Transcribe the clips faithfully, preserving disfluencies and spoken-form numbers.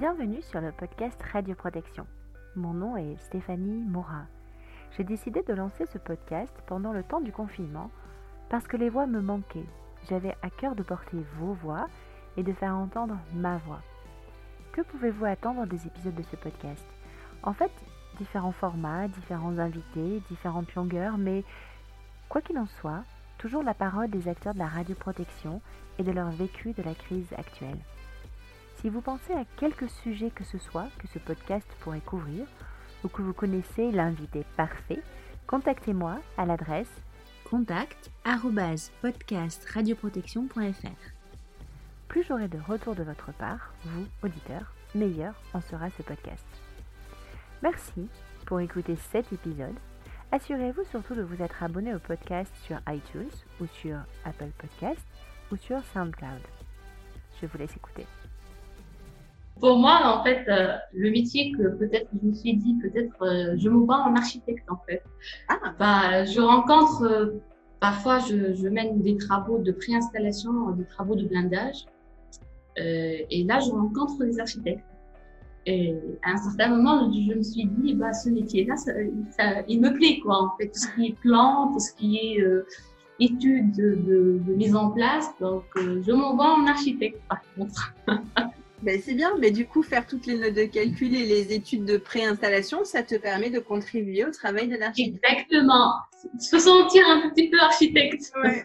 Bienvenue sur le podcast Radioprotection. Mon nom est Stéphanie Moura. J'ai décidé de lancer ce podcast pendant le temps du confinement parce que les voix me manquaient. J'avais à cœur de porter vos voix et de faire entendre ma voix. Que pouvez-vous attendre des épisodes de ce podcast ? En fait, différents formats, différents invités, différentes longueurs, mais quoi qu'il en soit, toujours la parole des acteurs de la radioprotection et de leur vécu de la crise actuelle. Si vous pensez à quelque sujet que ce soit que ce podcast pourrait couvrir, ou que vous connaissez l'invité parfait, contactez-moi à l'adresse contact arobase podcast radioprotection point f r. Plus j'aurai de retours de votre part, vous, auditeurs, meilleur en sera ce podcast. Merci pour écouter cet épisode. Assurez-vous surtout de vous être abonné au podcast sur iTunes ou sur Apple Podcasts ou sur SoundCloud. Je vous laisse écouter. Pour moi, en fait, euh, le métier que peut-être je me suis dit, peut-être euh, je me vois en architecte en fait. Ah. Bah, je rencontre, euh, parfois je, je mène des travaux de préinstallation, des travaux de blindage. Euh, et là, je rencontre des architectes. Et à un certain moment, je me suis dit, bah, ce métier-là, ça, ça, il me plaît, quoi, en fait. Tout ce qui est plan, tout ce qui est euh, études de, de, de mise en place. Donc, euh, je m'en vois en architecte, par contre. Ben, c'est bien, mais du coup, faire toutes les notes de calcul et les études de préinstallation, ça te permet de contribuer au travail de l'architecte. Exactement. Se sentir un petit peu architecte. Ouais.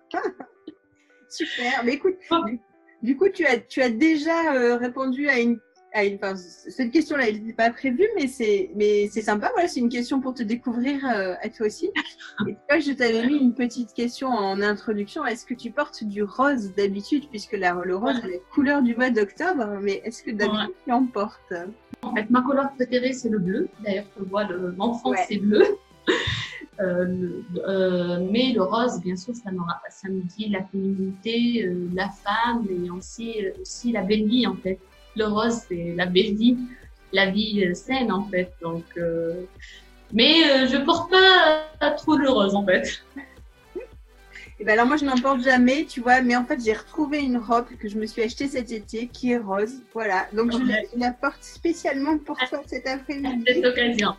Super. Mais écoute, du, du coup, tu as, tu as déjà euh, répondu à une, à une, enfin, cette question-là, elle n'était pas prévue, mais c'est, mais c'est sympa. Voilà, c'est une question pour te découvrir euh, à toi aussi. Et toi, je t'avais mis une petite question en introduction. Est-ce que tu portes du rose d'habitude, puisque la, le rose est la couleur du mois d'octobre, mais est-ce que d'habitude ouais. tu en portes? En fait, ma couleur préférée, c'est le bleu. D'ailleurs, tu vois, le, l'enfant, ouais. c'est bleu. Euh, le, euh, mais le rose, bien sûr, ça, ça me dit la féminité, euh, la femme et aussi, euh, aussi la belle vie, en fait. Le rose, c'est la belle vie, la vie euh, saine, en fait. Donc, euh, mais euh, je porte pas euh, trop le rose, en fait. Et ben alors moi, je n'en porte jamais, tu vois. Mais en fait, j'ai retrouvé une robe que je me suis achetée cet été qui est rose. Voilà. Donc, okay. je, la, je la porte spécialement pour toi à, cet après-midi. À cette occasion.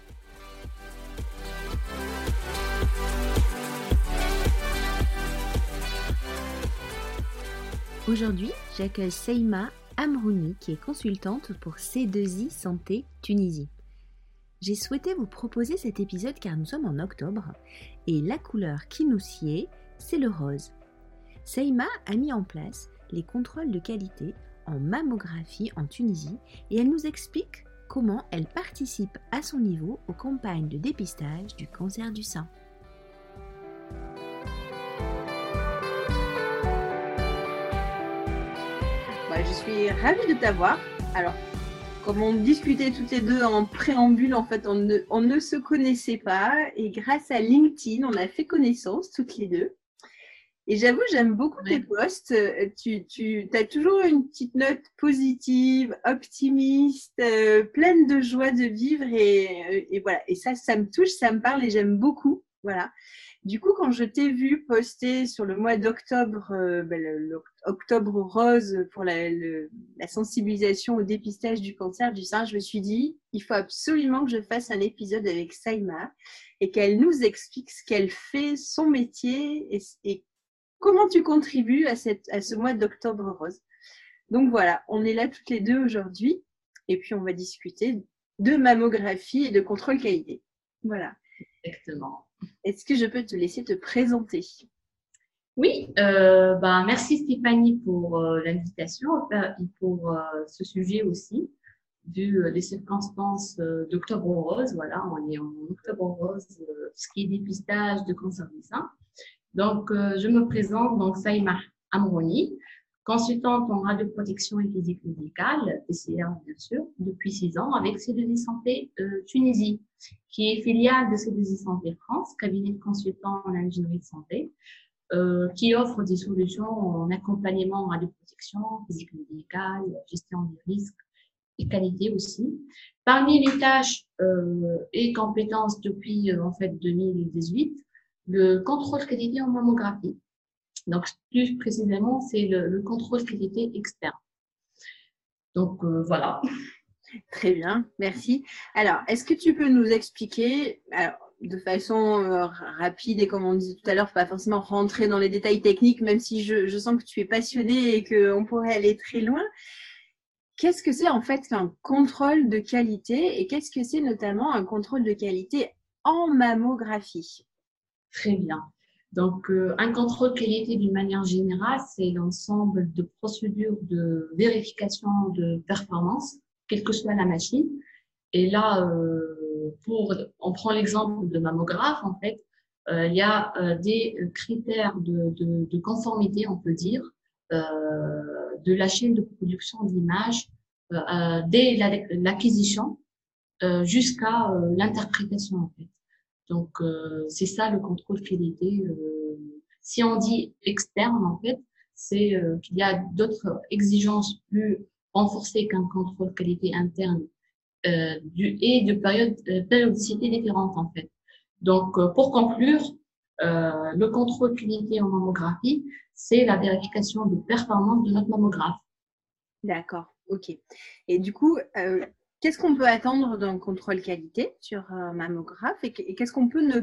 Aujourd'hui, j'accueille Seima Amrouni, qui est consultante pour C deux I Santé Tunisie. J'ai souhaité vous proposer cet épisode car nous sommes en octobre et la couleur qui nous sied, c'est le rose. Seima a mis en place les contrôles de qualité en mammographie en Tunisie et elle nous explique comment elle participe à son niveau aux campagnes de dépistage du cancer du sein. Je suis ravie de t'avoir. Alors, comme on discutait toutes les deux en préambule, en fait, on ne, on ne se connaissait pas. Et grâce à LinkedIn, on a fait connaissance toutes les deux. Et j'avoue, j'aime beaucoup oui. tes posts. Tu, tu as toujours une petite note positive, optimiste, euh, pleine de joie de vivre. Et, et voilà. Et ça, ça me touche, ça me parle et j'aime beaucoup. Voilà. Du coup, quand je t'ai vu poster sur le mois d'octobre, euh, ben, le, le octobre rose pour la, le, la sensibilisation au dépistage du cancer du sein, je me suis dit, il faut absolument que je fasse un épisode avec Seima et qu'elle nous explique ce qu'elle fait, son métier et, et comment tu contribues à, cette, à ce mois d'octobre rose. Donc voilà, on est là toutes les deux aujourd'hui et puis on va discuter de mammographie et de contrôle qualité. Voilà. Exactement. Est-ce que je peux te laisser te présenter ? Oui, euh, ben, merci Stéphanie pour euh, l'invitation et pour euh, ce sujet aussi, vu euh, les circonstances euh, d'Octobre Rose. Voilà, on est en Octobre Rose, euh, ce qui est dépistage de cancer du sein. Donc, euh, je me présente, donc Seima Amrouni, consultante en radioprotection et physique médicale, P C R bien sûr, depuis six ans avec C deux I Santé euh, Tunisie, qui est filiale de C deux I Santé France, cabinet de consultant en ingénierie de santé, euh, qui offre des solutions en accompagnement en radioprotection, physique médicale, gestion des risques et qualité aussi. Parmi les tâches euh, et compétences depuis euh, en fait deux mille dix-huit, le contrôle qualité en mammographie. Donc, plus précisément, c'est le, le contrôle qualité externe. Donc, euh, voilà. Très bien, merci. Alors, est-ce que tu peux nous expliquer, alors, de façon euh, rapide et comme on disait tout à l'heure, pas forcément rentrer dans les détails techniques, même si je, je sens que tu es passionné et qu'on pourrait aller très loin. Qu'est-ce que c'est en fait qu'un contrôle de qualité et qu'est-ce que c'est notamment un contrôle de qualité en mammographie? Très bien. Donc, euh, un contrôle qualité d'une manière générale, c'est l'ensemble de procédures de vérification de performance, quelle que soit la machine. Et là, euh, pour, on prend l'exemple de mammographe, en fait, euh, il y a euh, des critères de, de, de conformité, on peut dire, euh, de la chaîne de production d'images euh, euh, dès l'acquisition euh, jusqu'à euh, l'interprétation, en fait. Donc, euh, c'est ça le contrôle qualité. Euh, si on dit externe, en fait, c'est euh, qu'il y a d'autres exigences plus renforcées qu'un contrôle qualité interne euh, du, et de période, euh, périodicité différente, en fait. Donc, euh, pour conclure, euh, le contrôle qualité en mammographie, c'est la vérification de performance de notre mammographe. D'accord, ok. Et du coup, euh, qu'est-ce qu'on peut attendre d'un contrôle qualité sur un mammographe et qu'est-ce qu'on peut ne,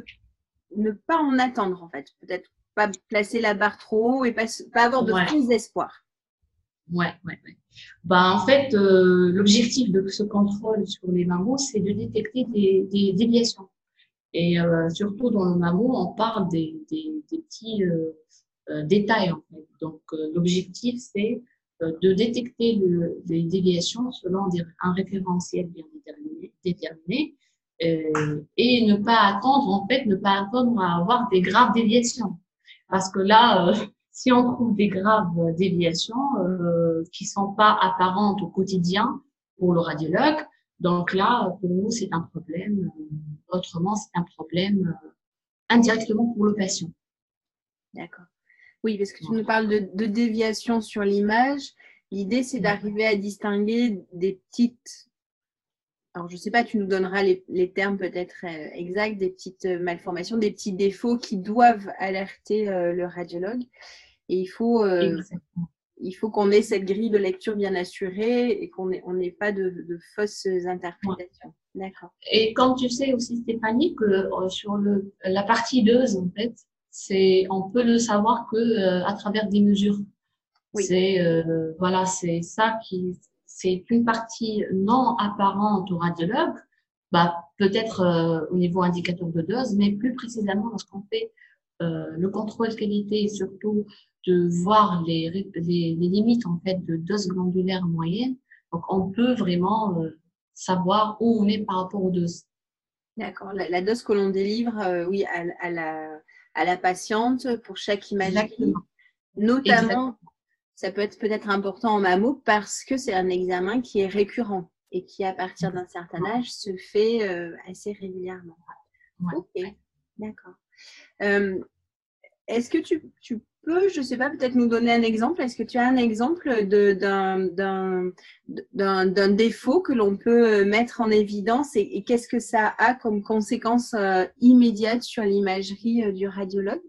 ne pas en attendre en fait? Peut-être pas placer la barre trop haut et pas, pas avoir de Ouais. faux espoirs. Ouais, ouais, ouais. Bah, en fait, euh, l'objectif de ce contrôle sur les mammos, c'est de détecter des, des déviations. Et euh, surtout dans le mammo, on parle des, des, des petits euh, euh, détails en fait. Donc, euh, l'objectif, c'est euh, de détecter le, les déviations selon des, un référentiel bien déterminé, déterminé euh, et ne pas attendre, en fait, ne pas attendre à avoir des graves déviations. Parce que là, euh, si on trouve des graves déviations euh, qui sont pas apparentes au quotidien pour le radiologue, donc là, pour nous, c'est un problème. Autrement, c'est un problème euh, indirectement pour le patient. D'accord. Oui, parce que tu nous parles de, de déviation sur l'image. L'idée, c'est d'arriver à distinguer des petites... Alors, je ne sais pas, tu nous donneras les, les termes peut-être euh, exacts, des petites euh, malformations, des petits défauts qui doivent alerter euh, le radiologue. Et il faut, euh, il faut qu'on ait cette grille de lecture bien assurée et qu'on n'ait on n'ait pas de, de fausses interprétations. Ouais. D'accord. Et comme tu sais aussi, Stéphanie, que euh, sur le, la partie deux, en fait, c'est, on peut le savoir que euh, à travers des mesures. Oui. C'est euh, voilà, c'est ça qui, c'est une partie non apparente au radiologue, bah peut-être euh, au niveau indicateur de dose, mais plus précisément lorsqu'on fait euh, le contrôle qualité et surtout de voir les, les, les limites en fait de dose glandulaire moyenne. Donc on peut vraiment euh, savoir où on est par rapport aux doses. D'accord. La, la dose que l'on délivre, euh, oui, à, à, la, à la patiente pour chaque imagerie, notamment. Exactement. Ça peut être peut-être important en mammo parce que c'est un examen qui est récurrent et qui, à partir d'un certain âge, se fait euh, assez régulièrement. Ouais. Ok, d'accord. Euh, est-ce que tu, tu peux, je ne sais pas, peut-être nous donner un exemple? Est-ce que tu as un exemple de, d'un, d'un, d'un, d'un défaut que l'on peut mettre en évidence et, et qu'est-ce que ça a comme conséquence euh, immédiate sur l'imagerie euh, du radiologue?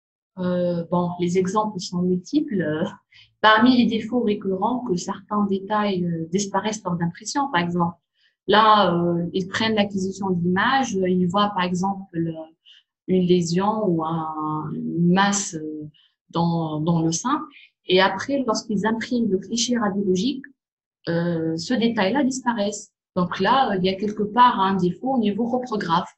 Euh, bon, les exemples sont multiples. Parmi les défauts récurrents, que certains détails euh, disparaissent lors d'impression, par exemple. Là, euh, ils prennent l'acquisition d'images, ils voient par exemple le, une lésion ou un, une masse euh, dans, dans le sein. Et après, lorsqu'ils impriment le cliché radiologique, euh, ce détail-là disparaît. Donc là, il y a quelque part un défaut au niveau reprographe.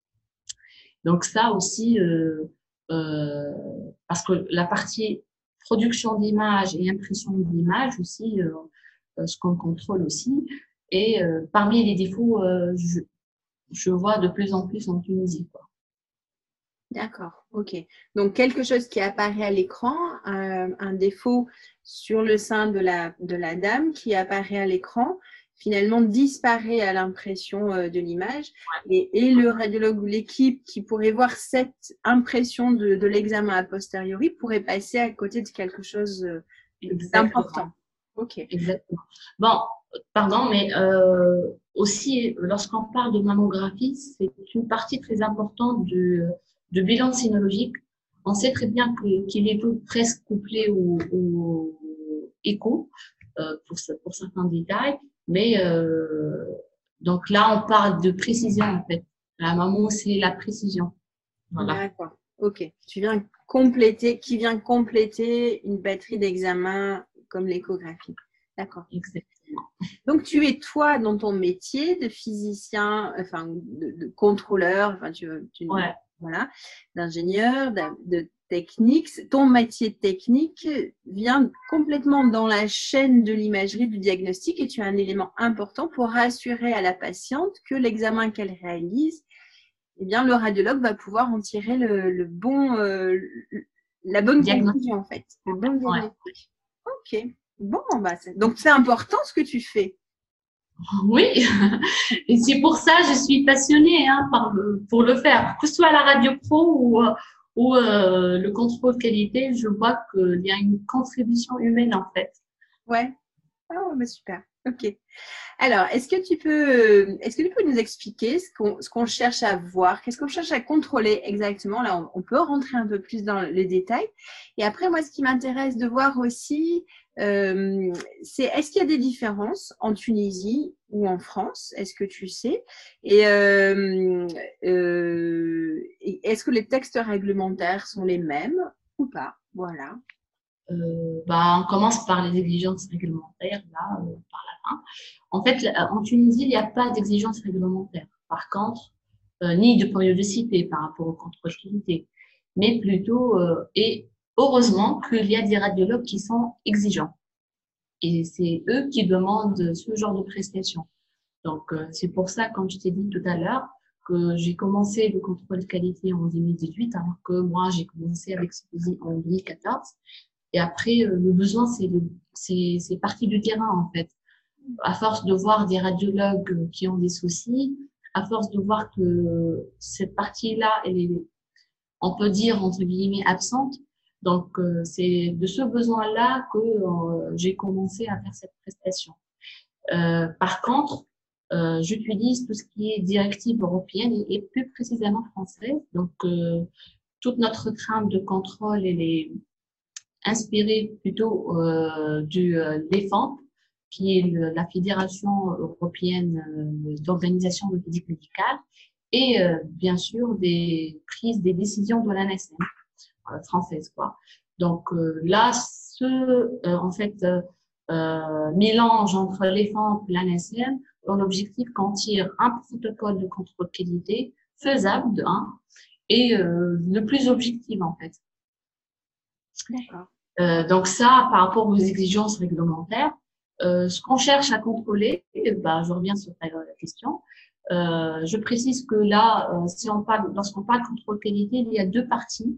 Donc ça aussi, euh, euh, parce que la partie production d'images et impression d'images aussi, euh, ce qu'on contrôle aussi. Et euh, parmi les défauts, euh, je, je vois de plus en plus en Tunisie, quoi. D'accord, ok. Donc quelque chose qui apparaît à l'écran, euh, un défaut sur le sein de la, de la dame qui apparaît à l'écran, finalement disparaît à l'impression euh, de l'image. Ouais. Et, et le radiologue ou l'équipe qui pourrait voir cette impression de, de l'examen a posteriori pourrait passer à côté de quelque chose euh, d'important. Ok. Exactement. Bon, pardon, mais euh, aussi, lorsqu'on parle de mammographie, c'est une partie très importante du, du bilan cynologique. On sait très bien que, qu'il est presque couplé au, au écho. euh, pour, pour certains détails. Mais euh, donc là, on parle de précision en fait. La maman, c'est la précision. Voilà. D'accord. Ok. Tu viens compléter, qui vient compléter une batterie d'examen comme l'échographie. D'accord. Exactement. Donc, tu es toi dans ton métier de physicien, enfin, de, de contrôleur, enfin, tu, tu Ouais. voilà, d'ingénieur, de, de technique. Ton métier technique vient complètement dans la chaîne de l'imagerie du diagnostic et tu as un élément important pour rassurer à la patiente que l'examen qu'elle réalise, eh bien, le radiologue va pouvoir en tirer le, le bon, euh, la bonne Diagnostic. conclusion, en fait. Le bon diagnostic. Ouais. Ok. Bon, bah, c'est- donc c'est important ce que tu fais. Oui, et c'est pour ça que je suis passionnée hein, par le, pour le faire, que ce soit la radio pro ou, ou euh, le contrôle qualité, je vois qu'il y a une contribution humaine en fait. Ouais. Oh, bah super. Ok. Alors, est-ce que tu peux, est-ce que tu peux nous expliquer ce qu'on, ce qu'on cherche à voir? Qu'est-ce qu'on cherche à contrôler exactement? Là, on, on peut rentrer un peu plus dans les détails. Et après, moi, ce qui m'intéresse de voir aussi, euh, c'est est-ce qu'il y a des différences en Tunisie ou en France? Est-ce que tu sais? Et, euh, euh, et est-ce que les textes réglementaires sont les mêmes ou pas? Voilà. Euh, bah, on commence par les exigences réglementaires, là, euh, par la fin. En fait, là, en Tunisie, il n'y a pas d'exigences réglementaires. Par contre, euh, ni de périodicité par rapport au contrôle qualité, mais plutôt, euh, et heureusement qu'il y a des radiologues qui sont exigeants. Et c'est eux qui demandent ce genre de prestations. Donc, euh, c'est pour ça, comme je t'ai dit tout à l'heure, que j'ai commencé le contrôle qualité en deux mille dix-huit, alors que moi, j'ai commencé avec celui en deux mille quatorze. Et après, euh, le besoin, c'est le, c'est, c'est parti du terrain, en fait. À force de voir des radiologues qui ont des soucis, à force de voir que cette partie-là, elle est, on peut dire, entre guillemets, absente. Donc, euh, c'est de ce besoin-là que euh, j'ai commencé à faire cette prestation. Euh, par contre, euh, j'utilise tout ce qui est directive européenne et, et plus précisément française. Donc, euh, toute notre trame de contrôle, elle est inspirée plutôt euh, du euh, l'E F A M P, qui est le, la Fédération européenne euh, d'organisation de physique médicale, et euh, bien sûr des prises des décisions de l'A N S M euh, française, quoi. Donc euh, là, ce euh, en fait euh, euh, mélange entre l'E F A M P et l'A N S M dans l'objectif qu'on tire un protocole de contrôle qualité faisable de un et euh, le plus objectif en fait. D'accord. Euh, donc ça, par rapport aux exigences réglementaires, euh, ce qu'on cherche à contrôler, bah, je reviens sur ta question. Euh, je précise que là, euh, si on parle, lorsqu'on parle de contrôle qualité, il y a deux parties,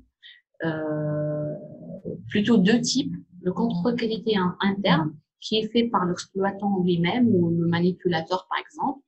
euh, plutôt deux types. Le contrôle qualité interne, qui est fait par l'exploitant lui-même ou le manipulateur, par exemple.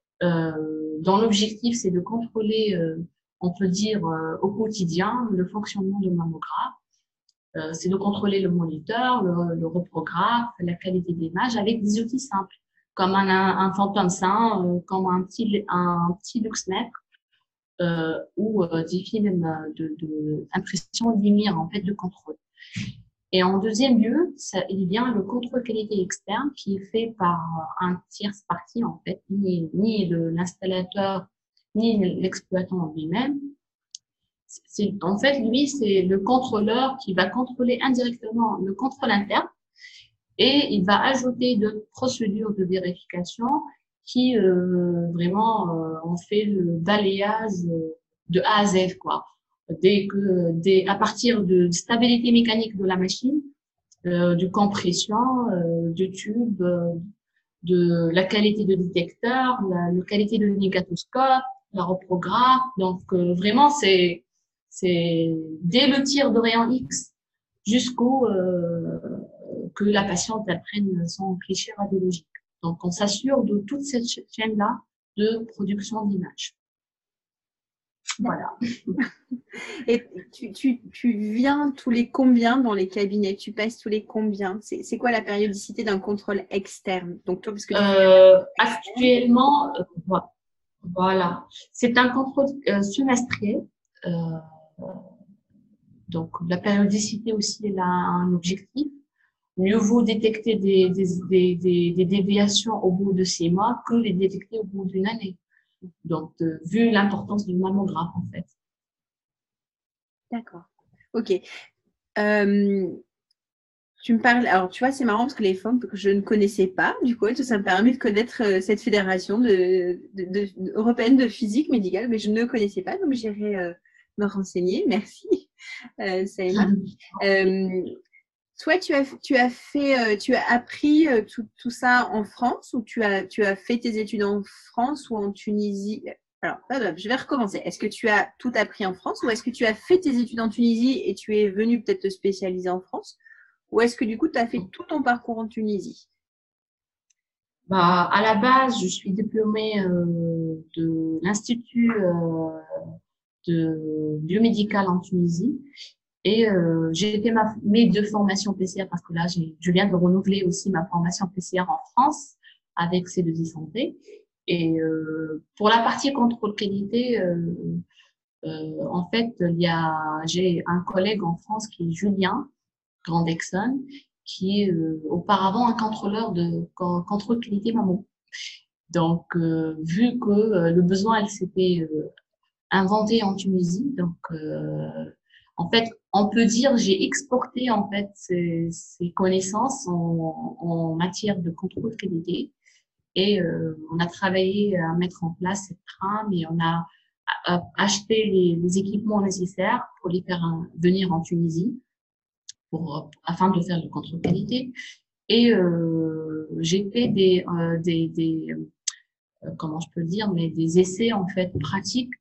Euh, dont l'objectif, c'est de contrôler, euh, on peut dire, euh, au quotidien, le fonctionnement du mammographe. Euh, c'est de contrôler le moniteur, le, le reprographe, la qualité de l'image avec des outils simples, comme un, un phantom sein, euh, comme un petit, un petit luxmètre euh, ou euh, des films de, de impression d'imir, en fait, de contrôle. Et en deuxième lieu, ça, il y a le contrôle qualité externe qui est fait par un tierce partie, en fait, ni, ni l'installateur, ni l'exploitant lui-même. C'est, en fait, lui, c'est le contrôleur qui va contrôler indirectement le contrôle interne et il va ajouter d'autres procédures de vérification qui euh, vraiment euh, ont fait le balayage de A à Z, quoi. Dès que, dès, à partir de stabilité mécanique de la machine, euh, de compression, euh, de tube, euh, de la qualité de détecteur, la, la qualité de négatoscope, la reprographe. Donc euh, vraiment, c'est c'est dès le tir de rayon X jusqu'au euh, que la patiente apprenne son cliché radiologique. Donc, on s'assure de toute cette chaîne-là de production d'images. Voilà. Et tu, tu, tu viens tous les combien dans les cabinets? Tu passes tous les combien? C'est, c'est quoi la périodicité d'un contrôle externe? Donc, toi, parce que euh, actuellement, euh, voilà, c'est un contrôle euh, semestriel. Euh, donc, la périodicité aussi, elle a un objectif. mieux vaut détecter des, des, des, des, des déviations au bout de six mois que les détecter au bout d'une année. Donc, euh, vu l'importance du mammographe, en fait. D'accord. Ok. Euh, tu me parles. Alors, tu vois, c'est marrant parce que les F O M que je ne connaissais pas, du coup, ça me permet de connaître euh, cette fédération de, de, de, de- européenne de physique médicale, mais je ne connaissais pas, donc j'irai euh, me renseigner. Merci, euh, Saïma. Euh, Toi, tu as, tu as fait, euh, tu as appris euh, tout, tout ça en France ou tu as, tu as fait tes études en France ou en Tunisie? Alors, pardon, je vais recommencer. Est-ce que tu as tout appris en France ou est-ce que tu as fait tes études en Tunisie et tu es venu peut-être te spécialiser en France? Ou est-ce que du coup, tu as fait tout ton parcours en Tunisie? Bah, à la base, je suis diplômée euh, de l'Institut euh, de biomédical en Tunisie. Et euh, j'ai fait ma, mes deux formations P C R parce que là, j'ai, je viens de renouveler aussi ma formation P C R en France avec C deux I Santé. Et euh, pour la partie contrôle qualité, euh, euh, en fait, il y a, j'ai un collègue en France qui est Julien Grandexon, qui est euh, auparavant un contrôleur de con- contrôle qualité mammo. Donc, euh, vu que euh, le besoin, elle s'était euh, inventé en Tunisie, donc euh, en fait, on peut dire j'ai exporté en fait ces, ces connaissances en, en matière de contrôle qualité et euh, on a travaillé à mettre en place cette trame et on a, a- acheté les, les équipements nécessaires pour les faire euh, venir en Tunisie pour afin de faire le contrôle qualité et euh, j'ai fait des euh, des, des euh, comment je peux le dire mais des essais en fait pratiques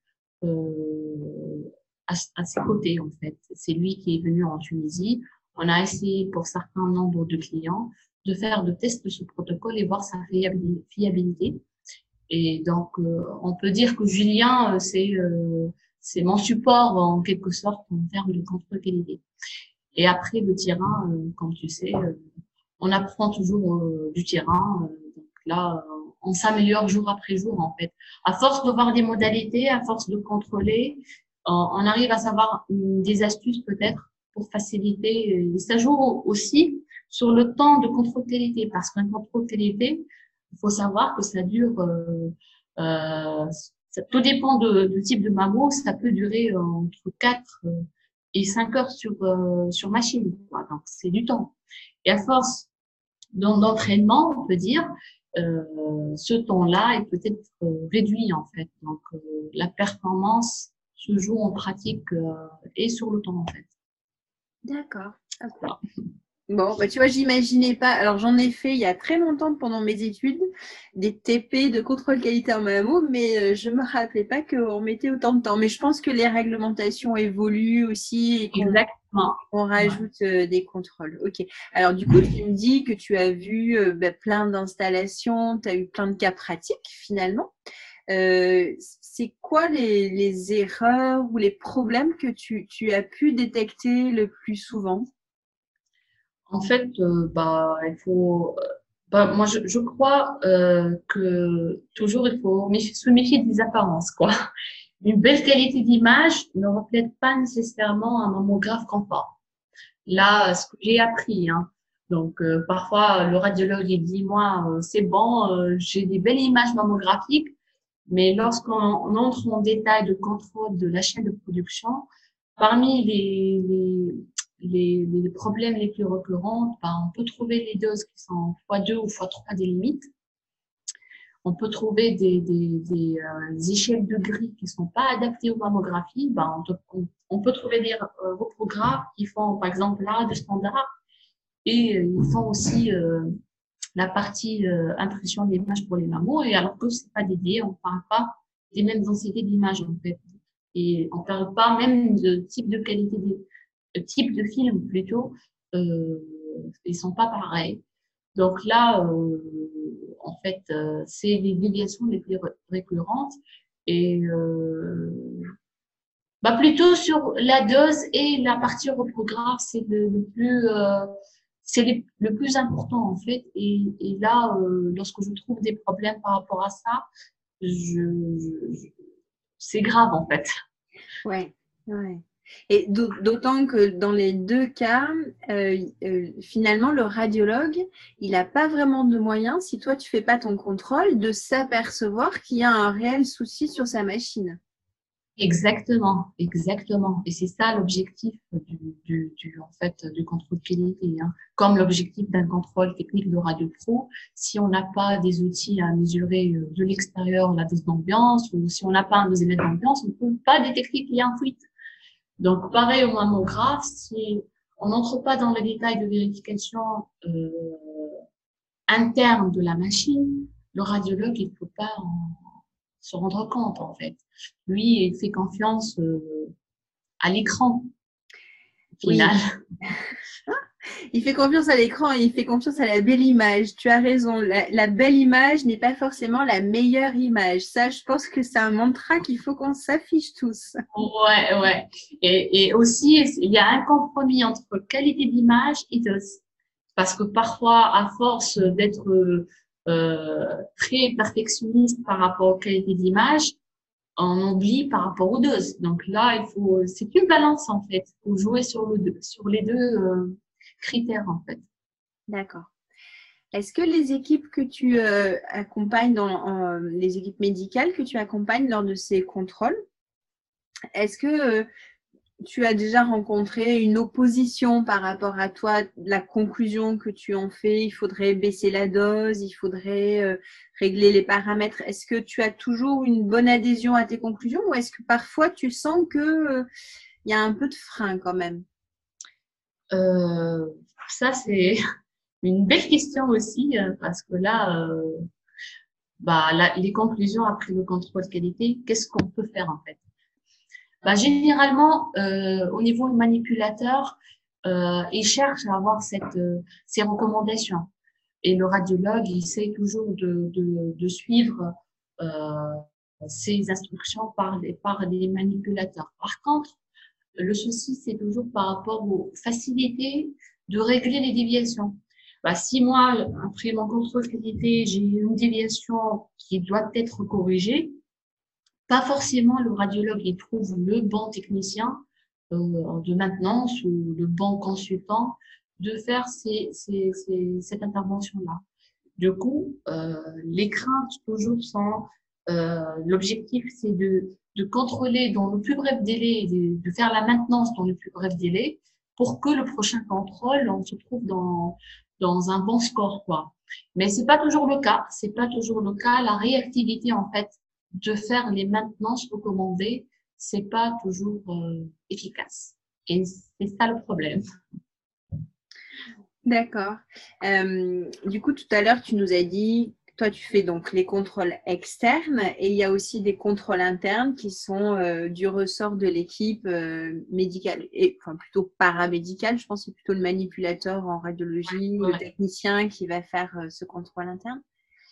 euh, à, à ses côtés en fait. C'est lui qui est venu en Tunisie. On a essayé pour certains nombres de clients de faire de tests de ce protocole et voir sa fiabilité. Et donc, euh, on peut dire que Julien, euh, c'est euh, c'est mon support en quelque sorte en termes de contrôle qualité. Et après, le terrain, euh, comme tu sais, euh, on apprend toujours euh, du terrain. Euh, donc là, euh, on s'améliore jour après jour, en fait. À force de voir des modalités, à force de contrôler, euh, on arrive à savoir hum, des astuces peut-être pour faciliter. euh, Et ça joue aussi sur le temps de contrôle qualité, parce qu'un contrôle qualité, il faut savoir que ça dure, euh, euh, ça, tout dépend de- du type de mammo, ça peut durer euh, entre quatre euh, et cinq heures sur, euh, sur machine, quoi. Donc, c'est du temps. Et à force d'en- d'entraînement, on peut dire, euh, ce temps-là est peut-être euh, réduit, en fait. Donc, euh, la performance se joue en pratique euh, et sur le temps, en fait. D'accord. Ok. Voilà. Bon, bah, tu vois, j'imaginais pas. Alors, j'en ai fait il y a très longtemps pendant mes études, des T P de contrôle qualité en mammo, mais euh, je me rappelais pas qu'on mettait autant de temps. Mais je pense que les réglementations évoluent aussi et qu'on Exactement. on Ouais. rajoute euh, des contrôles. Ok. Alors, du coup, tu me dis que tu as vu euh, bah, plein d'installations, tu as eu plein de cas pratiques finalement. Euh, c'est quoi les, les erreurs ou les problèmes que tu, tu as pu détecter le plus souvent? En fait, euh, bah, il faut. euh, Bah, moi, je, je crois euh, que toujours il faut méfi- se méfier des apparences, quoi. Une belle qualité d'image ne reflète pas nécessairement un mammographe confort. Là, ce que j'ai appris, hein. Donc, euh, parfois, le radiologue, il dit, moi, euh, c'est bon, euh, j'ai des belles images mammographiques, mais lorsqu'on on entre en détail de contrôle de la chaîne de production, parmi les, les, les, les problèmes les plus récurrents, ben, on peut trouver les doses qui sont fois deux ou fois trois des limites. On peut trouver des, des, des, euh, des échelles de gris qui sont pas adaptées aux mammographies. Ben, on, te- on, on peut trouver des euh, reprographes qui font, par exemple, l'arrêt de standard et euh, ils font aussi euh, la partie euh, impression d'image pour les mammos. Et alors que c'est pas dédié, on parle pas des mêmes densités d'image en fait. Et on parle pas même de type de qualité de, de type de film plutôt. Euh, ils sont pas pareils. Donc là, euh, en fait, euh, c'est les déviations les plus ré- récurrentes et euh, bah plutôt sur la dose et la partie reprographe, c'est le, le plus euh, c'est les- le plus important en fait. Et, et là, euh, lorsque je trouve des problèmes par rapport à ça, je, je- je- c'est grave en fait. Ouais, ouais. Et d'autant que dans les deux cas, euh, euh, finalement, le radiologue, il n'a pas vraiment de moyens, si toi, tu fais pas ton contrôle, de s'apercevoir qu'il y a un réel souci sur sa machine. Exactement, exactement. Et c'est ça l'objectif du, du, du, en fait, du contrôle qualité, hein. Comme l'objectif d'un contrôle technique de Radio Pro, si on n'a pas des outils à mesurer de l'extérieur la dose d'ambiance, ou si on n'a pas un dosimètre d'ambiance, on ne peut pas détecter qu'il y a un fuite. Donc, pareil au mammographe, si on n'entre pas dans les détails de vérification euh, interne de la machine, le radiologue, il ne peut pas en, se rendre compte, en fait. Lui, il fait confiance euh, à l'écran final. Oui. Il fait confiance à l'écran et il fait confiance à la belle image. Tu as raison. La, la belle image n'est pas forcément la meilleure image. Ça, je pense que c'est un mantra qu'il faut qu'on s'affiche tous. Ouais, ouais. Et, et aussi, il y a un compromis entre qualité d'image et dose. Parce que parfois, à force d'être euh, très perfectionniste par rapport aux qualités d'image, on oublie par rapport aux doses. Donc là, il faut, c'est une balance en fait. Il faut jouer sur le, sur les deux euh, critères en fait. D'accord. Est-ce que les équipes que tu euh, accompagnes dans euh, les équipes médicales que tu accompagnes lors de ces contrôles, est-ce que euh, tu as déjà rencontré une opposition par rapport à toi, la conclusion que tu en fais, il faudrait baisser la dose, il faudrait euh, régler les paramètres. Est-ce que tu as toujours une bonne adhésion à tes conclusions ou est-ce que parfois tu sens qu'il euh, y a un peu de frein quand même? euh, Ça, c'est une belle question aussi parce que là, euh, bah, la, les conclusions après le contrôle qualité, qu'est-ce qu'on peut faire en fait? Bah, généralement, euh, au niveau manipulateur, euh, ils cherchent à avoir cette, euh, ces recommandations. Et le radiologue, il essaie toujours de, de, de suivre euh, ces instructions par les, par les manipulateurs. Par contre, le souci, c'est toujours par rapport aux facilités de régler les déviations. Bah, si moi, après mon contrôle qualité, j'ai une déviation qui doit être corrigée, pas forcément le radiologue il trouve le bon technicien euh, de maintenance ou le bon consultant de faire ces, ces, ces, cette intervention-là. Du coup, euh, les craintes toujours sont, euh, l'objectif c'est de, de contrôler dans le plus bref délai, de, de faire la maintenance dans le plus bref délai pour que le prochain contrôle, on se trouve dans, dans un bon score, quoi. Mais c'est pas toujours le cas, c'est pas toujours le cas. La réactivité, en fait, de faire les maintenances recommandées, c'est pas toujours euh, efficace. Et c'est ça le problème. D'accord. Euh, du coup, tout à l'heure, tu nous as dit, toi, tu fais donc les contrôles externes et il y a aussi des contrôles internes qui sont euh, du ressort de l'équipe euh, médicale, et, enfin plutôt paramédicale. Je pense que c'est plutôt le manipulateur en radiologie, ouais. Le technicien qui va faire euh, ce contrôle interne.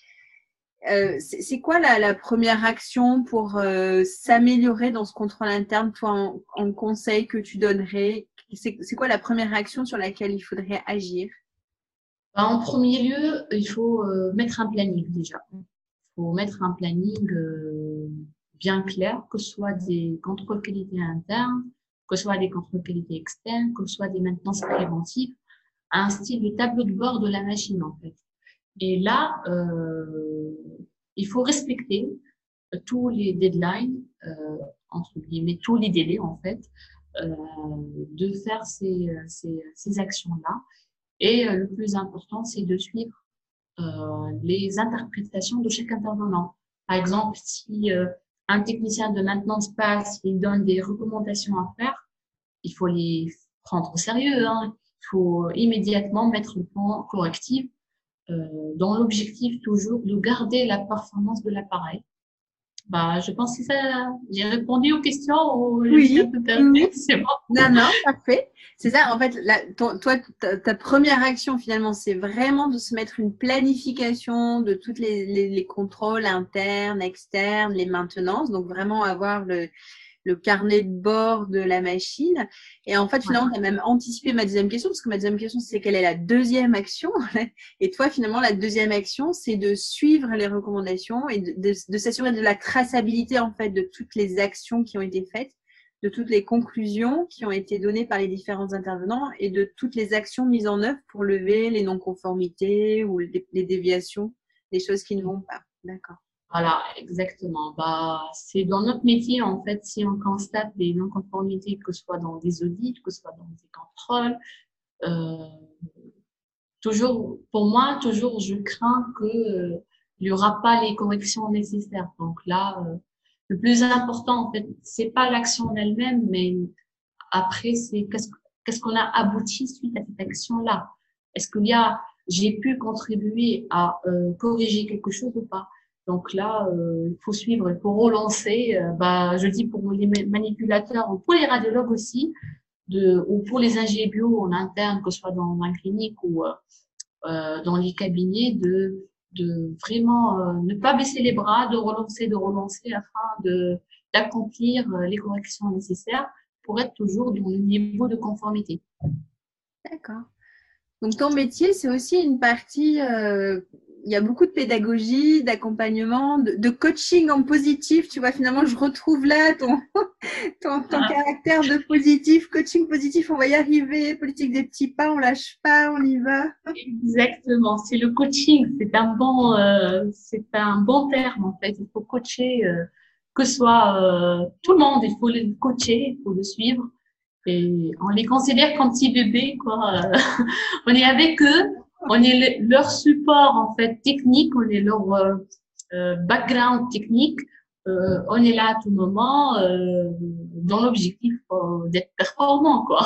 Euh, c'est quoi la, la première action pour euh, s'améliorer dans ce contrôle interne, toi, en, en conseil que tu donnerais? C'est quoi la première action sur laquelle il faudrait agir? En premier lieu, il faut euh, mettre un planning déjà. Il faut mettre un planning euh, bien clair, que ce soit des contrôles qualité internes, que ce soit des contrôles qualité externes, que ce soit des maintenances préventives, un style de tableau de bord de la machine en fait. Et là, euh, il faut respecter tous les deadlines, euh, entre guillemets, tous les délais en fait, euh, de faire ces, ces, ces actions-là. Et euh, le plus important, c'est de suivre euh, les interprétations de chaque intervenant. Par exemple, si euh, un technicien de maintenance passe, il donne des recommandations à faire, il faut les prendre au sérieux, hein. Il faut immédiatement mettre le plan correctif Euh, dans l'objectif toujours de garder la performance de l'appareil. Bah, je pense que ça, j'ai répondu aux questions. Ou oui, oui. C'est bon. Non, non, parfait. C'est ça, en fait, la, ton, toi, ta, ta première action, finalement, c'est vraiment de se mettre une planification de tous les, les, les contrôles internes, externes, les maintenances. Donc, vraiment avoir le, le carnet de bord de la machine. Et en fait, finalement, ouais. Tu as même anticipé ma deuxième question, parce que ma deuxième question, c'est quelle est la deuxième action? Et toi, finalement, la deuxième action, c'est de suivre les recommandations et de, de, de s'assurer de la traçabilité, en fait, de toutes les actions qui ont été faites de toutes les conclusions qui ont été données par les différents intervenants et de toutes les actions mises en œuvre pour lever les non-conformités ou les, les déviations, les choses qui ne vont pas. D'accord. Voilà, exactement. Bah, c'est dans notre métier, en fait, si on constate des non-conformités, que ce soit dans des audits, que ce soit dans des contrôles, euh, toujours, pour moi, toujours, je crains que euh, il n'y aura pas les corrections nécessaires. Donc là, euh, le plus important, en fait, c'est pas l'action en elle-même, mais après, c'est qu'est-ce, qu'est-ce qu'on a abouti suite à cette action-là. Est-ce qu'il y a, j'ai pu contribuer à euh, corriger quelque chose ou pas? Donc là, euh, il faut suivre, il faut relancer. Euh, bah, je dis pour les manipulateurs ou pour les radiologues aussi, de, ou pour les ingé bio en interne, que ce soit dans la clinique ou euh, dans les cabinets, de, de vraiment euh, ne pas baisser les bras, de relancer, de relancer afin de d'accomplir les corrections nécessaires pour être toujours dans le niveau de conformité. D'accord. Donc ton métier, c'est aussi une partie. Euh... Il y a beaucoup de pédagogie, d'accompagnement, de, de coaching en positif. Tu vois, finalement, je retrouve là ton, ton, ton ah. caractère de positif, coaching positif. On va y arriver, politique des petits pas, on lâche pas, on y va. Exactement, c'est le coaching. C'est un bon, euh, c'est un bon terme en fait. Il faut coacher, euh, que ce soit euh, tout le monde. Il faut le coacher, il faut le suivre. Et on les considère comme petits bébés, quoi. On est avec eux. On est le, leur support en fait technique, on est leur euh, euh, background technique, euh, on est là à tout moment euh, dans l'objectif euh, d'être performant, quoi.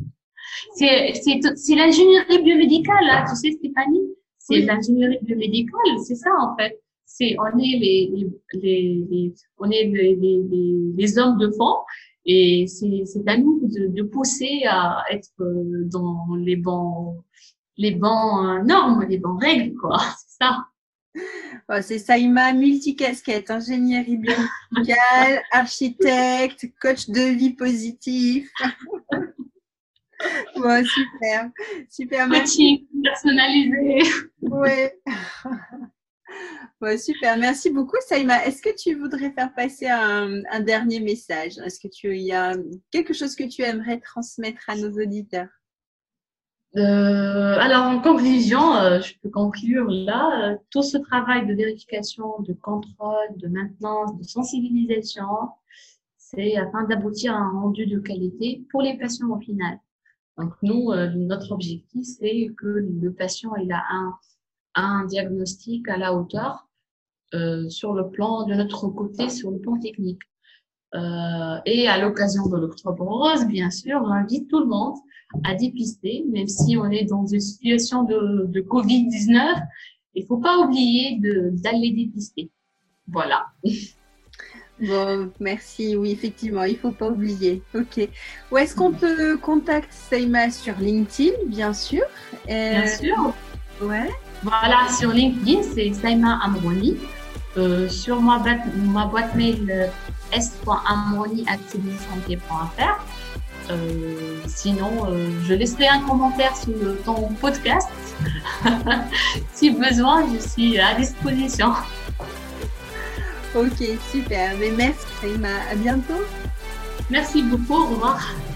C'est c'est c'est l'ingénierie biomédicale, là, tu sais Stéphanie, c'est oui. L'ingénierie biomédicale, c'est ça en fait. C'est on est les les, les, les on est les, les les les hommes de fond et c'est c'est à nous de, de pousser à être dans les bons les bonnes normes, les bonnes règles, quoi. C'est ça. Oh, c'est Saïma, multicasquette, ingénierie biomédicale, architecte, coach de vie positif. Bon, super. Super, merci. Coaching personnalisé. Ouais. Bon, super. Merci beaucoup, Saïma. Est-ce que tu voudrais faire passer un, un dernier message? Est-ce que tu il y a quelque chose que tu aimerais transmettre à nos auditeurs? Euh, alors, en conclusion, euh, je peux conclure là, euh, tout ce travail de vérification, de contrôle, de maintenance, de sensibilisation, c'est afin d'aboutir à un rendu de qualité pour les patients au final. Donc, nous, euh, notre objectif, c'est que le patient il a un, un diagnostic à la hauteur euh, sur le plan de notre côté, sur le plan technique. Euh, et à l'occasion de l'Octobre Rose, bien sûr, j'invite tout le monde à dépister, même si on est dans une situation de, de covid dix-neuf, il ne faut pas oublier de, d'aller dépister. Voilà. Bon, merci. Oui, effectivement, il ne faut pas oublier. OK. Où est-ce qu'on peut contacter Saïma? Sur LinkedIn, bien sûr. Euh, bien sûr. Ouais. Voilà, sur LinkedIn, c'est Saïma Amrouni. Euh, sur ma, boîte, ma boîte mail euh, s point amrouni arobase santé point f r. Euh, sinon, euh, je laisserai un commentaire sur le, ton podcast. Si besoin, je suis à disposition. Ok, super. Mais merci, Saïma. À bientôt. Merci beaucoup. Au revoir.